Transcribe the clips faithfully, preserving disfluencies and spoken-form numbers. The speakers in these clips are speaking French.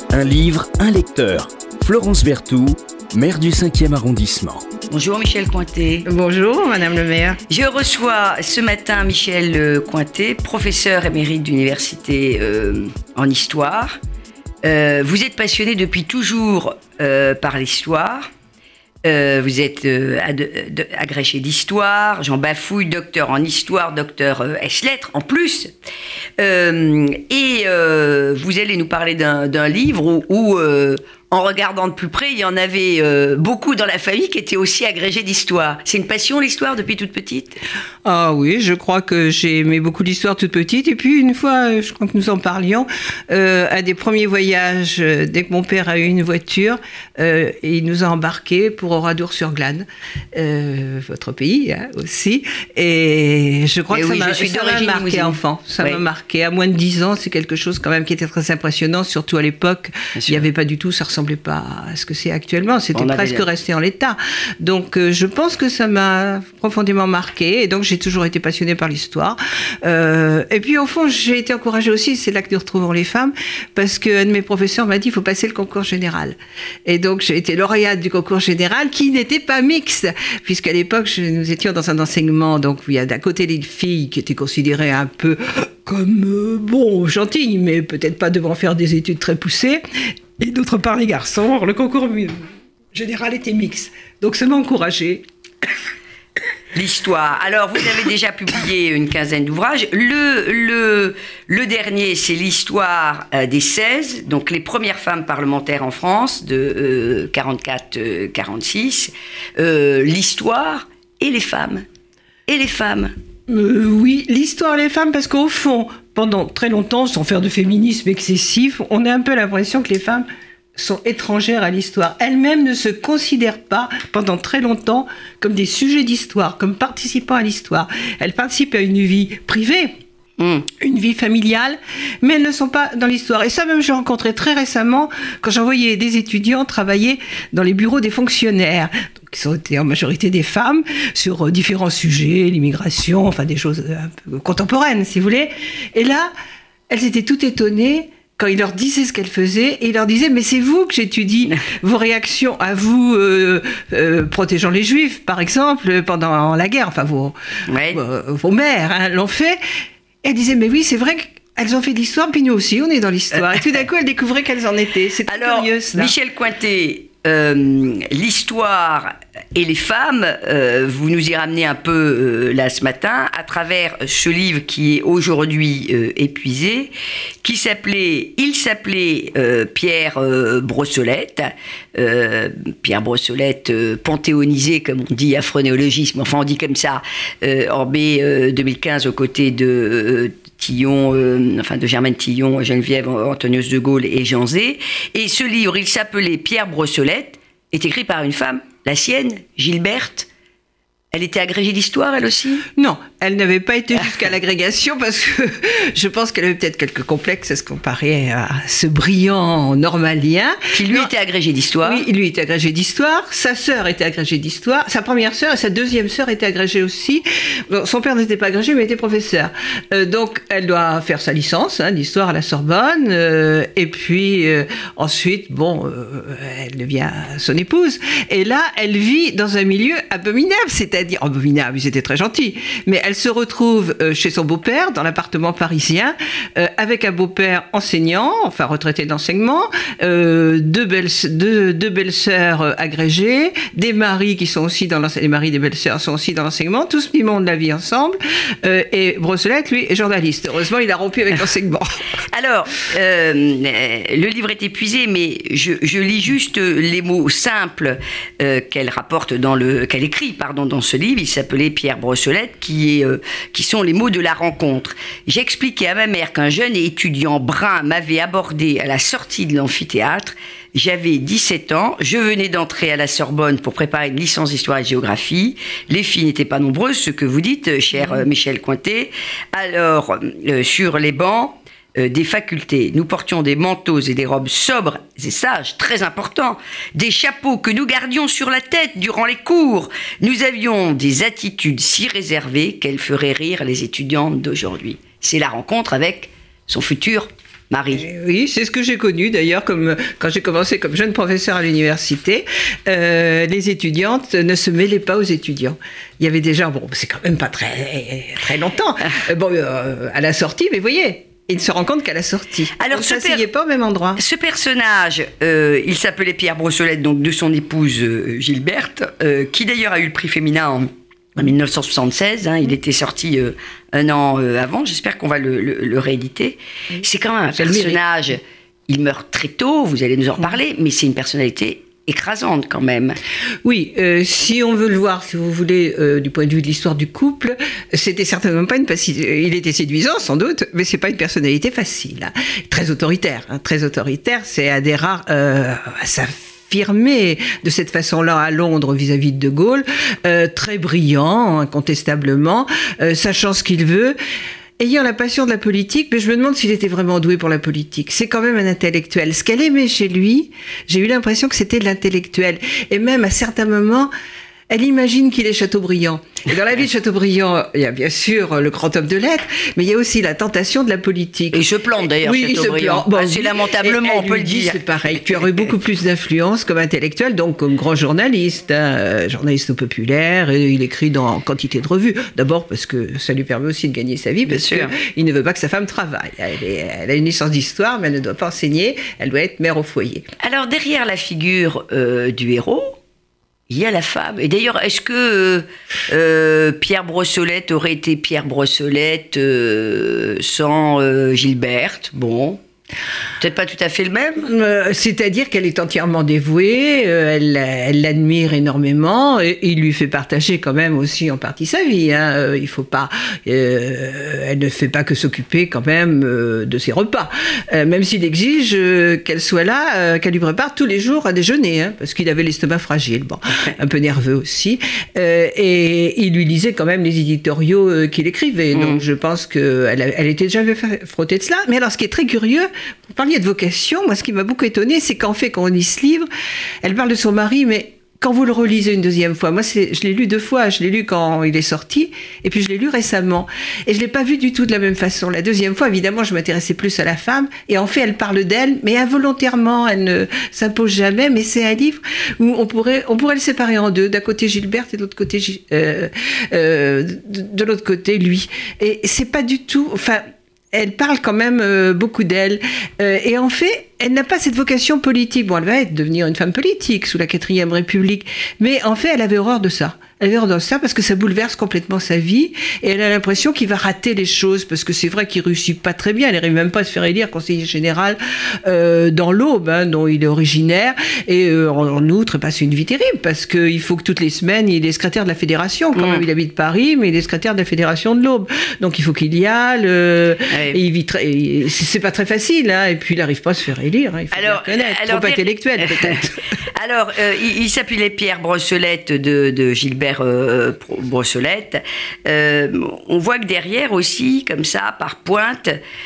Un livre, un lecteur. Florence Berthoud, maire du cinquième arrondissement. Bonjour Michel Cointet. Bonjour Madame le maire. Je reçois ce matin Michel Cointet, professeur émérite d'université euh, en histoire. Euh, vous êtes passionné depuis toujours euh, par l'histoire. Euh, vous êtes euh, ad- de, agrégé d'histoire, Jean Bafouille, docteur en histoire, docteur euh, S-lettres en plus. Euh, et euh, vous allez nous parler d'un, d'un livre où, où euh, en regardant de plus près, il y en avait euh, beaucoup dans la famille qui étaient aussi agrégés d'histoire. C'est une passion, l'histoire, depuis toute petite ? Ah oui, je crois que j'ai aimé beaucoup l'histoire toute petite. Et puis une fois, je crois que nous en parlions, euh, un des premiers voyages, euh, dès que mon père a eu une voiture, euh, il nous a embarqués pour Oradour-sur-Glane, euh, votre pays hein, aussi. Et je crois Mais que oui, ça m'a, je suis ça m'a d'origine marqué limousine. enfant. Ça Oui. m'a marqué. À moins de dix ans, c'est quelque chose quand même qui était très impressionnant, surtout à l'époque. Il n'y avait pas du tout, ça ressemblait pas à ce que c'est actuellement. C'était On avait presque la- resté en l'état. Donc euh, je pense que ça m'a profondément marqué. Et donc j'ai toujours été passionnée par l'histoire. Euh, et puis au fond, j'ai été encouragée aussi, c'est là que nous retrouvons les femmes, parce qu'un de mes professeurs m'a dit il faut passer le concours général. Et donc j'ai été lauréate du concours général qui n'était pas mixte, puisqu'à l'époque je- nous étions dans un enseignement, donc il y a d'un côté les filles qui étaient considérées un peu comme, euh, bon, gentilles, mais peut-être pas devant faire des études très poussées, et d'autre part les garçons. Or, le concours euh, général était mixte. Donc ça m'a encouragée. L'histoire. Alors, vous avez déjà publié une quinzaine d'ouvrages. Le, le, le dernier, c'est l'histoire euh, des seize, donc les premières femmes parlementaires en France, de euh, quarante-quatre quarante-six. Euh, l'histoire et les femmes. Et les femmes. Euh, oui, l'histoire des femmes, parce qu'au fond, pendant très longtemps, sans faire de féminisme excessif, on a un peu l'impression que les femmes sont étrangères à l'histoire. Elles-mêmes ne se considèrent pas, pendant très longtemps, comme des sujets d'histoire, comme participants à l'histoire. Elles participent à une vie privée, Mmh. une vie familiale, mais elles ne sont pas dans l'histoire. Et ça même, j'ai rencontré très récemment, quand j'envoyais des étudiants travailler dans les bureaux des fonctionnaires, donc, qui sont été en majorité des femmes, sur euh, différents sujets, l'immigration, enfin des choses un peu contemporaines, si vous voulez. Et là, elles étaient toutes étonnées quand ils leur disaient ce qu'elles faisaient, et ils leur disaient « Mais c'est vous que j'étudie vos réactions à vous euh, euh, protégeant les Juifs, par exemple, pendant la guerre. Enfin, vos, Ouais. vos, vos mères hein, l'ont fait. » Elle disait, mais oui, c'est vrai qu'elles ont fait de l'histoire, puis nous aussi, on est dans l'histoire. Et tout d'un coup, elle découvrait qu'elles en étaient. C'est très Alors, curieux, cela. Michel Cointet, euh, l'histoire et les femmes, euh, vous nous y ramenez un peu euh, là ce matin, à travers ce livre qui est aujourd'hui euh, épuisé, qui s'appelait, il s'appelait euh, Pierre euh, Brossolette, euh, Pierre Brossolette euh, panthéonisé, comme on dit, à phronéologisme, enfin on dit comme ça, euh, en mai euh, deux mille quinze aux côtés de euh, Tillon, euh, enfin de Germaine Tillon, Geneviève Antonios de Gaulle et Jean Zé. Et ce livre, il s'appelait Pierre Brossolette, est écrit par une femme, la sienne, Gilberte. Elle était agrégée d'histoire, elle aussi ? Non, elle n'avait pas été jusqu'à l'agrégation parce que je pense qu'elle avait peut-être quelques complexes à se comparer à ce brillant normalien. Qui lui Non. était agrégé d'histoire. Oui, lui était agrégé d'histoire, sa sœur était agrégée d'histoire, sa première sœur et sa deuxième sœur étaient agrégées aussi. Bon, son père n'était pas agrégé, mais était professeur. Euh, donc, elle doit faire sa licence hein, d'histoire à la Sorbonne, euh, et puis euh, ensuite, bon, euh, elle devient son épouse. Et là, elle vit dans un milieu abominable, c'est-à-dire abominable, ils étaient très gentils, mais elle se retrouve euh, chez son beau-père, dans l'appartement parisien, euh, avec un beau-père enseignant, enfin retraité d'enseignement, euh, deux belles, deux, deux belles-sœurs euh, agrégées, des maris qui sont aussi dans l'enseignement, les maris des belles-sœurs sont aussi dans l'enseignement, tous mimons de la vie ensemble, euh, et Brossolette, lui, est journaliste. Heureusement, il a rompu avec l'enseignement. Alors, euh, le livre est épuisé, mais je, je lis juste les mots simples euh, qu'elle rapporte dans le, qu'elle écrit, pardon, dans ce livre. Il s'appelait Pierre Brossolette, qui est, euh, qui sont les mots de la rencontre. J'expliquais à ma mère qu'un jeune étudiant brun m'avait abordé à la sortie de l'amphithéâtre. J'avais dix-sept ans, je venais d'entrer à la Sorbonne pour préparer une licence d'histoire et de géographie. Les filles n'étaient pas nombreuses, ce que vous dites, cher euh, Michel Cointet. Alors, euh, sur les bancs, Euh, des facultés. Nous portions des manteaux et des robes sobres et sages, très importants, des chapeaux que nous gardions sur la tête durant les cours. Nous avions des attitudes si réservées qu'elles feraient rire les étudiantes d'aujourd'hui. C'est la rencontre avec son futur Marie. Euh, oui, c'est ce que j'ai connu d'ailleurs comme, quand j'ai commencé comme jeune professeur à l'université. Euh, les étudiantes ne se mêlaient pas aux étudiants. Il y avait déjà, bon, c'est quand même pas très, très longtemps, euh, bon, euh, à la sortie, mais vous voyez, il ne se rend compte qu'à la sortie. Alors, on ne s'asseyait per... pas au même endroit. Ce personnage, euh, il s'appelait Pierre Brossolette, donc de son épouse euh, Gilberte, euh, qui d'ailleurs a eu le prix féminin en, en dix-neuf cent soixante-seize. Hein, il était sorti euh, un an euh, avant. J'espère qu'on va le, le, le rééditer. Oui. C'est quand même un personnage. Il meurt très tôt. Vous allez nous en reparler, mais c'est une personnalité écrasante quand même. Oui, euh, si on veut le voir, si vous voulez, euh, du point de vue de l'histoire du couple, c'était certainement pas une facile. Il était séduisant sans doute, mais c'est pas une personnalité facile. Hein. Très autoritaire, hein, très autoritaire. C'est un des rares euh, à s'affirmer de cette façon-là à Londres vis-à-vis de De Gaulle, euh, très brillant, incontestablement, euh, sachant ce qu'il veut. Ayant la passion de la politique, mais je me demande s'il était vraiment doué pour la politique. C'est quand même un intellectuel. Ce qu'elle aimait chez lui, j'ai eu l'impression que c'était de l'intellectuel. Et même à certains moments, elle imagine qu'il est Chateaubriand. Et dans la vie de Chateaubriand, il y a bien sûr le grand homme de lettres, mais il y a aussi la tentation de la politique. Et il se plante d'ailleurs, oui, Chateaubriand. Bon, assez oui, lamentablement, on peut le dire. C'est pareil. Tu aurais eu beaucoup plus d'influence comme intellectuel, donc comme grand journaliste, hein, journaliste populaire, et il écrit dans quantité de revues. D'abord parce que ça lui permet aussi de gagner sa vie, parce qu'il ne veut pas que sa femme travaille. Elle, est, elle a une licence d'histoire, mais elle ne doit pas enseigner, elle doit être mère au foyer. Alors derrière la figure euh, du héros, il y a la femme. Et d'ailleurs, est-ce que euh, Pierre Brossolette aurait été Pierre Brossolette euh, sans euh, Gilberte ? Bon, peut-être pas tout à fait le même. Euh, c'est-à-dire qu'elle est entièrement dévouée, euh, elle, elle l'admire énormément, et, et il lui fait partager quand même aussi en partie sa vie. Hein. Euh, il faut pas, euh, elle ne fait pas que s'occuper quand même euh, de ses repas, euh, même s'il exige euh, qu'elle soit là, euh, qu'elle lui prépare tous les jours à déjeuner, hein, parce qu'il avait l'estomac fragile, bon, un peu nerveux aussi, euh, et il lui lisait quand même les éditoriaux euh, qu'il écrivait. Mmh. Donc je pense qu'elle elle était déjà frottée de cela. Mais alors, ce qui est très curieux, vous parliez de vocation, moi ce qui m'a beaucoup étonnée, c'est qu'en fait quand on lit ce livre, elle parle de son mari, mais quand vous le relisez une deuxième fois, moi c'est, je l'ai lu deux fois, je l'ai lu quand il est sorti, et puis je l'ai lu récemment, et je l'ai pas vu du tout de la même façon. La deuxième fois, évidemment, je m'intéressais plus à la femme, et en fait elle parle d'elle, mais involontairement, elle ne s'impose jamais, mais c'est un livre où on pourrait, on pourrait le séparer en deux, d'un côté Gilberte et de l'autre côté, euh, euh, de, de l'autre côté lui. Et c'est pas du tout, enfin, elle parle quand même euh, beaucoup d'elle. Euh, et en fait, elle n'a pas cette vocation politique. Bon, elle va être, devenir une femme politique sous la quatrième République. Mais en fait, elle avait horreur de ça. Elle avait horreur de ça parce que ça bouleverse complètement sa vie. Et elle a l'impression qu'il va rater les choses. Parce que c'est vrai qu'il réussit pas très bien. Elle n'arrive même pas à se faire élire conseiller général euh, dans l'Aube, hein, dont il est originaire. Et euh, en, en outre, bah, c'est une vie terrible. Parce qu'il faut que toutes les semaines, il est secrétaire de la Fédération. Quand mmh. même, il habite Paris, mais il est secrétaire de la Fédération de l'Aube. Donc il faut qu'il y aille. Euh, et il vit très, et c'est pas très facile. Hein, et puis il n'arrive pas à se faire élire. Hein, il faut alors, bien reconnaître. Alors, trop der... intellectuel peut-être. Alors, euh, il, il s'appelait Pierre Brossolette de, de Gilbert euh, Brossolette. Euh, on voit que derrière aussi, comme ça, par pointe,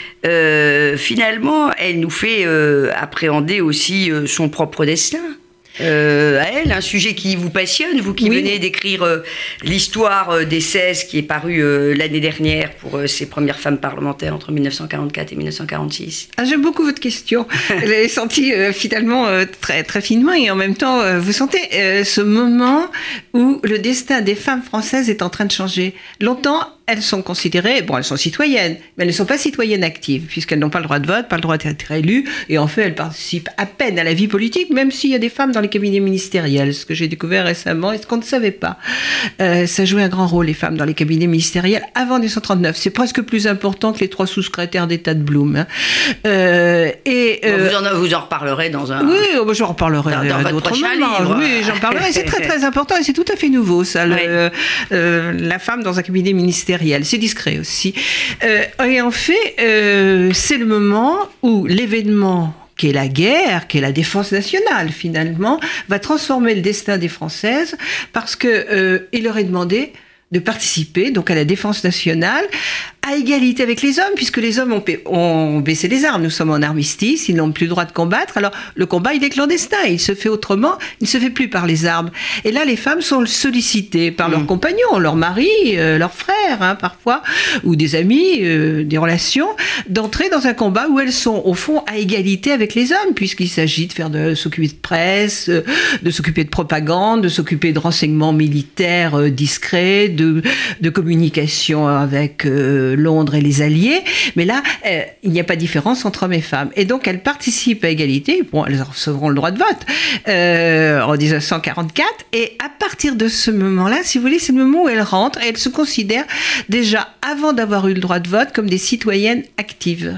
euh, finalement, elle nous fait euh, appréhender aussi euh, son propre destin. Euh, à elle, un sujet qui vous passionne, vous qui oui. venez d'écrire euh, l'histoire euh, des seize qui est parue euh, l'année dernière pour euh, ces premières femmes parlementaires entre dix-neuf cent quarante-quatre et dix-neuf cent quarante-six. Ah, j'aime beaucoup votre question. Je l'ai senti euh, finalement euh, très, très finement et en même temps, euh, vous sentez euh, ce moment où le destin des femmes françaises est en train de changer. Longtemps, elles sont considérées, bon, elles sont citoyennes, mais elles ne sont pas citoyennes actives, puisqu'elles n'ont pas le droit de vote, pas le droit d'être élues, et en fait, elles participent à peine à la vie politique, même s'il y a des femmes dans les cabinets ministériels, ce que j'ai découvert récemment, et ce qu'on ne savait pas. Euh, ça jouait un grand rôle, les femmes, dans les cabinets ministériels, avant dix-neuf cent trente-neuf. C'est presque plus important que les trois sous-secrétaires d'État de Blum. Hein. Euh, et, euh, bon, vous, en, vous en reparlerez dans un... Oui, oh, j'en reparlerai dans, dans votre prochain livre. Oui, j'en parlerai, c'est très très important, et c'est tout à fait nouveau, ça, oui. le, euh, la femme dans un cabinet ministériel. C'est discret aussi. Euh, et en fait, euh, c'est le moment où l'événement qui est la guerre, qui est la défense nationale finalement, va transformer le destin des Françaises parce que euh, il leur est demandé de participer donc à la défense nationale à égalité avec les hommes, puisque les hommes ont, ont baissé les armes. Nous sommes en armistice, ils n'ont plus le droit de combattre. Alors, le combat, il est clandestin, il se fait autrement, il ne se fait plus par les armes. Et là, les femmes sont sollicitées par mmh. leurs compagnons, leurs maris, euh, leurs frères, hein, parfois, ou des amis, euh, des relations, d'entrer dans un combat où elles sont, au fond, à égalité avec les hommes, puisqu'il s'agit de faire de s'occuper de presse, euh, de s'occuper de propagande, de s'occuper de renseignements militaires euh, discrets, de, de communication avec euh, Londres et les Alliés, mais là, euh, il n'y a pas de différence entre hommes et femmes. Et donc, elles participent à égalité. Bon, elles recevront le droit de vote euh, en dix-neuf cent quarante-quatre. Et à partir de ce moment-là, si vous voulez, c'est le moment où elles rentrent et elles se considèrent déjà, avant d'avoir eu le droit de vote, comme des citoyennes actives.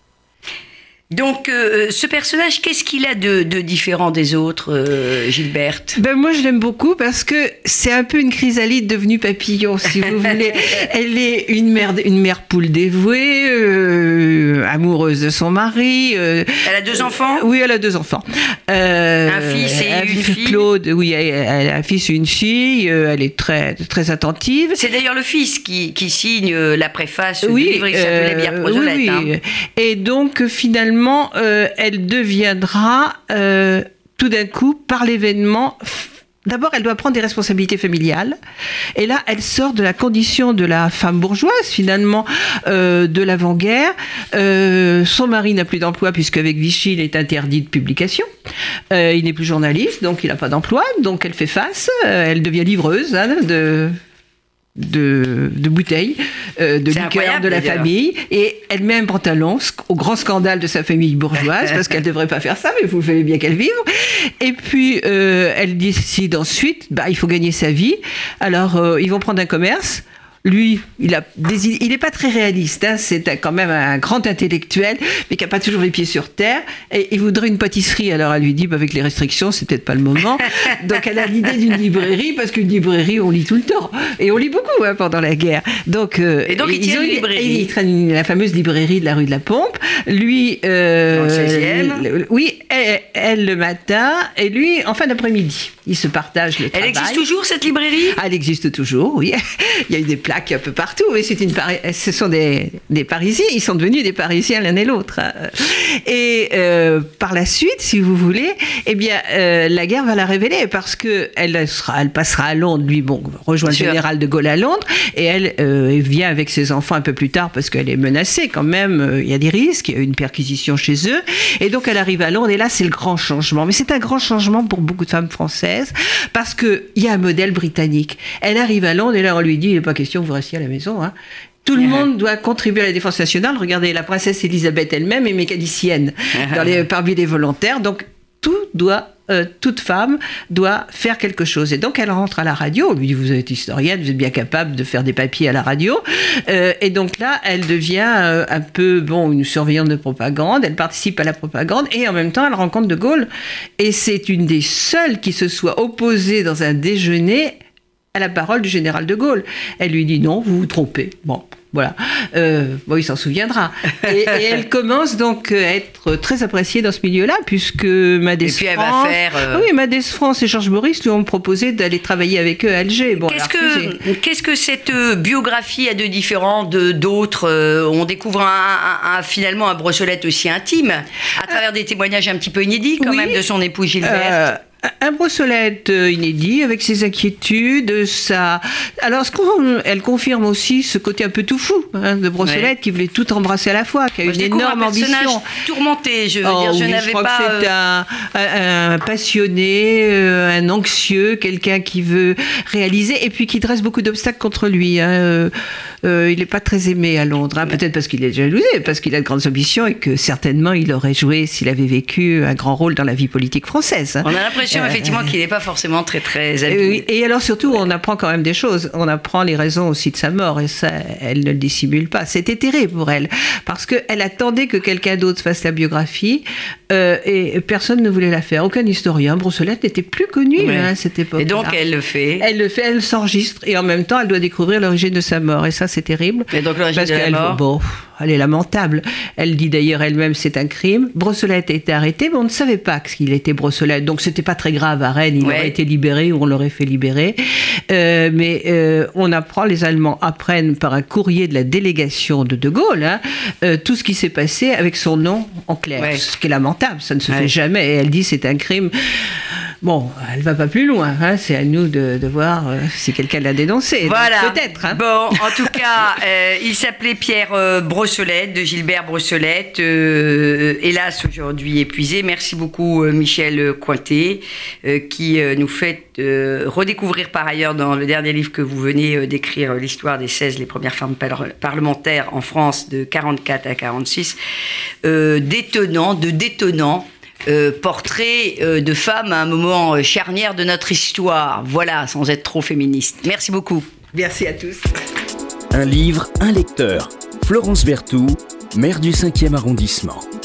Donc, euh, ce personnage, qu'est-ce qu'il a de, de différent des autres, euh, Gilberte ? Ben moi, je l'aime beaucoup parce que c'est un peu une chrysalide devenue papillon, si vous voulez. Elle est une mère, une mère poule dévouée, euh, amoureuse de son mari. Euh, elle a deux enfants ? euh, Oui, elle a deux enfants. Euh, un fils et une fille. Claude, oui, elle, elle a un fils et une fille. Euh, elle est très, très attentive. C'est d'ailleurs le fils qui, qui signe la préface oui, du livre, il s'appelait Bière Brossolette. Oui, oui. Hein. Et donc, finalement, Euh, elle deviendra euh, tout d'un coup, par l'événement, d'abord elle doit prendre des responsabilités familiales, et là elle sort de la condition de la femme bourgeoise finalement euh, de l'avant-guerre. Euh, son mari n'a plus d'emploi puisqu'avec Vichy il est interdit de publication, euh, il n'est plus journaliste donc il n'a pas d'emploi, donc elle fait face, euh, elle devient livreuse hein, de... De, de bouteilles, euh, de liqueurs de la d'ailleurs. famille, et elle met un pantalon au grand scandale de sa famille bourgeoise, parce qu'elle ne devrait pas faire ça, mais vous savez bien qu'elle vive. Et puis, euh, elle décide ensuite, bah, il faut gagner sa vie. Alors, euh, ils vont prendre un commerce. Lui, il a des, il n'est pas très réaliste, hein, c'est quand même un grand intellectuel, mais qui n'a pas toujours les pieds sur terre, et il voudrait une pâtisserie, alors elle lui dit, bah, avec les restrictions, c'est peut-être pas le moment, donc elle a l'idée d'une librairie, parce qu'une librairie, on lit tout le temps, et on lit beaucoup hein, pendant la guerre. Donc, euh, et donc il tient une librairie. Il traîne la fameuse librairie de la rue de la Pompe, lui... Euh, dans le seizième. Oui, elle, elle le matin, et lui en fin d'après-midi. Ils se partagent le travail. Elle existe toujours, cette librairie ? Ah, elle existe toujours, oui. Il y a eu des plaques un peu partout, mais c'est une Pari- ce sont des, des Parisiens, ils sont devenus des Parisiens l'un et l'autre. Et euh, par la suite, si vous voulez, eh bien, euh, la guerre va la révéler, parce qu'elle sera, elle passera à Londres, lui, bon, rejoint le général de Gaulle à Londres, et elle euh, vient avec ses enfants un peu plus tard, parce qu'elle est menacée quand même, euh, il y a des risques, il y a une perquisition chez eux, et donc elle arrive à Londres, et là, c'est le grand changement. Mais c'est un grand changement pour beaucoup de femmes françaises, parce qu'il y a un modèle britannique. Elle arrive à Londres et là on lui dit, il n'est pas question que vous restiez à la maison. Hein. Tout le monde doit contribuer à la défense nationale. Regardez, la princesse Elisabeth elle-même est mécanicienne dans les, parmi les volontaires. Donc tout doit, euh, toute femme doit faire quelque chose. Et donc elle rentre à la radio. On lui dit, vous êtes historienne, vous êtes bien capable de faire des papiers à la radio. Euh, et donc là, elle devient euh, un peu, bon, une surveillante de propagande. Elle participe à la propagande et en même temps, elle rencontre De Gaulle. Et c'est une des seules qui se soit opposée dans un déjeuner à la parole du général De Gaulle. Elle lui dit, non, vous vous trompez. Bon. Voilà. Euh, bon, il s'en souviendra. Et, et elle commence donc à être très appréciée dans ce milieu-là, puisque Madès France... Et puis elle va faire... Euh... Oui, Madès France et Georges Boris lui ont proposé d'aller travailler avec eux à Alger. Bon, qu'est-ce, que, qu'est-ce que cette biographie a de différent de, d'autres euh, On découvre un, un, un, finalement un Brossolette aussi intime, à travers des témoignages un petit peu inédits quand oui, même de son époux Gilberte. Euh... Un Brossolette inédit, avec ses inquiétudes, sa... Alors, ce qu'on... elle confirme aussi ce côté un peu tout fou hein, de Brossolette, ouais. qui voulait tout embrasser à la fois, qui a Moi, une énorme un ambition. Tourmenté, je veux oh, dire, je oui, n'avais je crois pas... que c'est un, un, un passionné, un anxieux, quelqu'un qui veut réaliser, et puis qui dresse beaucoup d'obstacles contre lui. Hein. Euh, euh, il n'est pas très aimé à Londres, hein, peut-être parce qu'il est jalousé, parce qu'il a de grandes ambitions, et que certainement il aurait joué, s'il avait vécu, un grand rôle dans la vie politique française. Hein. On a l'impression effectivement qu'il n'est pas forcément très très habile. Et alors surtout, on apprend quand même des choses. On apprend les raisons aussi de sa mort, et ça, elle ne le dissimule pas. C'était terrible pour elle, parce qu'elle attendait que quelqu'un d'autre fasse la biographie, euh, et personne ne voulait la faire. Aucun historien. Brossolette n'était plus connu ouais. hein, à cette époque. Et donc elle le fait. Elle le fait, elle s'enregistre, et en même temps, elle doit découvrir l'origine de sa mort. Et ça, c'est terrible. Et donc l'origine parce de la mort. Bon, elle est lamentable. Elle dit d'ailleurs elle-même c'est un crime. Brossolette a été arrêté, mais on ne savait pas qu'il était Brossolette, donc c'était pas très grave à Rennes. Il ouais. aurait été libéré ou on l'aurait fait libérer. Euh, mais euh, on apprend, les Allemands apprennent par un courrier de la délégation de De Gaulle hein, euh, tout ce qui s'est passé avec son nom en clair. Ouais. Ce qui est lamentable, ça ne se ouais. fait jamais. Et elle dit c'est un crime. Bon, elle va pas plus loin, hein. C'est à nous de, de voir euh, si quelqu'un l'a dénoncé. Voilà. Peut-être. Hein. Bon, en tout cas, euh, il s'appelait Pierre euh, Brossolette, de Gilbert Brossolette. Euh, hélas, aujourd'hui épuisé. Merci beaucoup, euh, Michel Cointet, euh, qui euh, nous fait euh, redécouvrir par ailleurs dans le dernier livre que vous venez euh, d'écrire, euh, l'histoire des seize, les premières femmes par- parlementaires en France de quarante-quatre à quarante-six, euh, d'étonnant, de détonnant. Euh, portrait euh, de femmes à un moment euh, charnière de notre histoire. Voilà, sans être trop féministe. Merci beaucoup. Merci à tous. Un livre, un lecteur. Florence Berthoud, maire du cinquième arrondissement.